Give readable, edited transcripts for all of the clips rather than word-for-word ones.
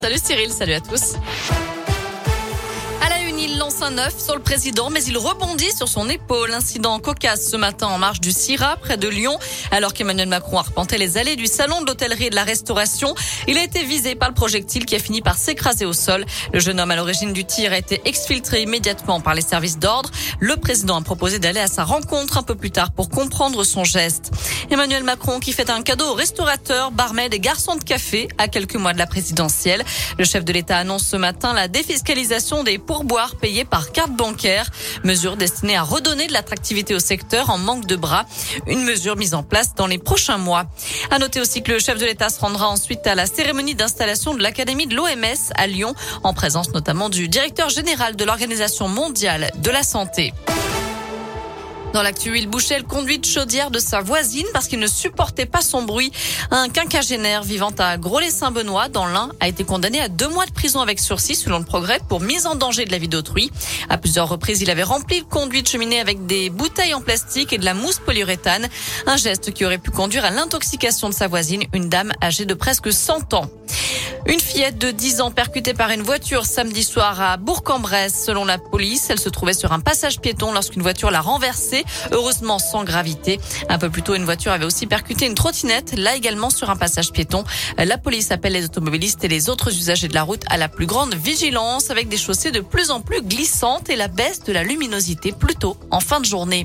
Salut Cyril, salut à tous. À la une, il lance un œuf sur le président, mais il rebondit sur son épaule. Incident cocasse ce matin en marge du CIRA, près de Lyon. Alors qu'Emmanuel Macron arpentait les allées du salon de l'hôtellerie et de la restauration, il a été visé par le projectile qui a fini par s'écraser au sol. Le jeune homme à l'origine du tir a été exfiltré immédiatement par les services d'ordre. Le président a proposé d'aller à sa rencontre un peu plus tard pour comprendre son geste. Emmanuel Macron qui fait un cadeau aux restaurateurs, barmaids et garçons de café à quelques mois de la présidentielle. Le chef de l'État annonce ce matin la défiscalisation des pourboires payés par carte bancaire. Mesure destinée à redonner de l'attractivité au secteur en manque de bras. Une mesure mise en place dans les prochains mois. À noter aussi que le chef de l'État se rendra ensuite à la cérémonie d'installation de l'Académie de l'OMS à Lyon, en présence notamment du directeur général de l'Organisation mondiale de la santé. Dans l'actu, il bouchait le conduit de chaudière de sa voisine parce qu'il ne supportait pas son bruit. Un quinquagénaire vivant à Gros-les-Saint-Benoît, dans l'Ain, a été condamné à 2 mois de prison avec sursis, selon le Progrès, pour mise en danger de la vie d'autrui. À plusieurs reprises, il avait rempli le conduit de cheminée avec des bouteilles en plastique et de la mousse polyuréthane. Un geste qui aurait pu conduire à l'intoxication de sa voisine, une dame âgée de presque 100 ans. Une fillette de 10 ans percutée par une voiture samedi soir à Bourg-en-Bresse. Selon la police, elle se trouvait sur un passage piéton lorsqu'une voiture l'a renversée, heureusement sans gravité. Un peu plus tôt, une voiture avait aussi percuté une trottinette, là également sur un passage piéton. La police appelle les automobilistes et les autres usagers de la route à la plus grande vigilance, avec des chaussées de plus en plus glissantes et la baisse de la luminosité plus tôt en fin de journée.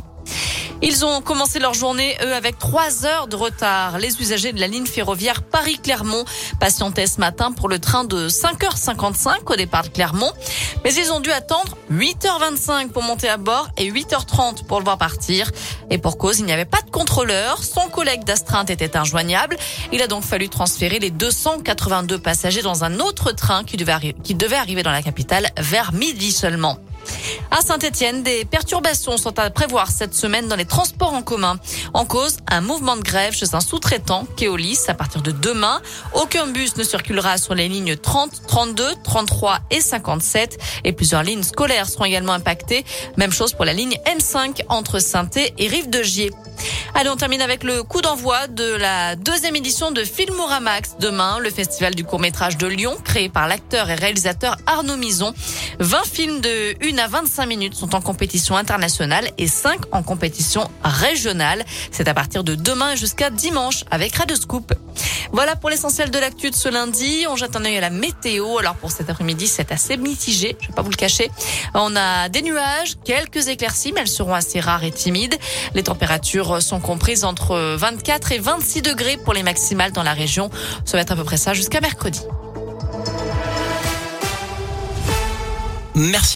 Ils ont commencé leur journée, eux, avec 3 heures de retard. Les usagers de la ligne ferroviaire Paris-Clermont patientaient ce matin pour le train de 5h55 au départ de Clermont. Mais ils ont dû attendre 8h25 pour monter à bord et 8h30 pour le voir partir. Et pour cause, il n'y avait pas de contrôleur. Son collègue d'astreinte était injoignable. Il a donc fallu transférer les 282 passagers dans un autre train qui devait arriver dans la capitale vers midi seulement. À Saint-Étienne, des perturbations sont à prévoir cette semaine dans les transports en commun. En cause, un mouvement de grève chez un sous-traitant, Keolis, à partir de demain. Aucun bus ne circulera sur les lignes 30, 32, 33 et 57. Et plusieurs lignes scolaires seront également impactées. Même chose pour la ligne M5 entre Saint-Étienne et Rive-de-Gier. Allez, on termine avec le coup d'envoi de la 2e édition de Filmouramax. Demain, le festival du court-métrage de Lyon, créé par l'acteur et réalisateur Arnaud Mison. 20 films de 1 à 25 minutes sont en compétition internationale et 5 en compétition régionale. C'est à partir de demain jusqu'à dimanche avec Radio Scoop. Voilà pour l'essentiel de l'actu de ce lundi. On jette un œil à la météo. Alors pour cet après-midi, c'est assez mitigé, je vais pas vous le cacher. On a des nuages, quelques éclaircies, mais elles seront assez rares et timides. Les températures sont comprises entre 24 et 26 degrés pour les maximales dans la région. Ça va être à peu près ça jusqu'à mercredi. Merci.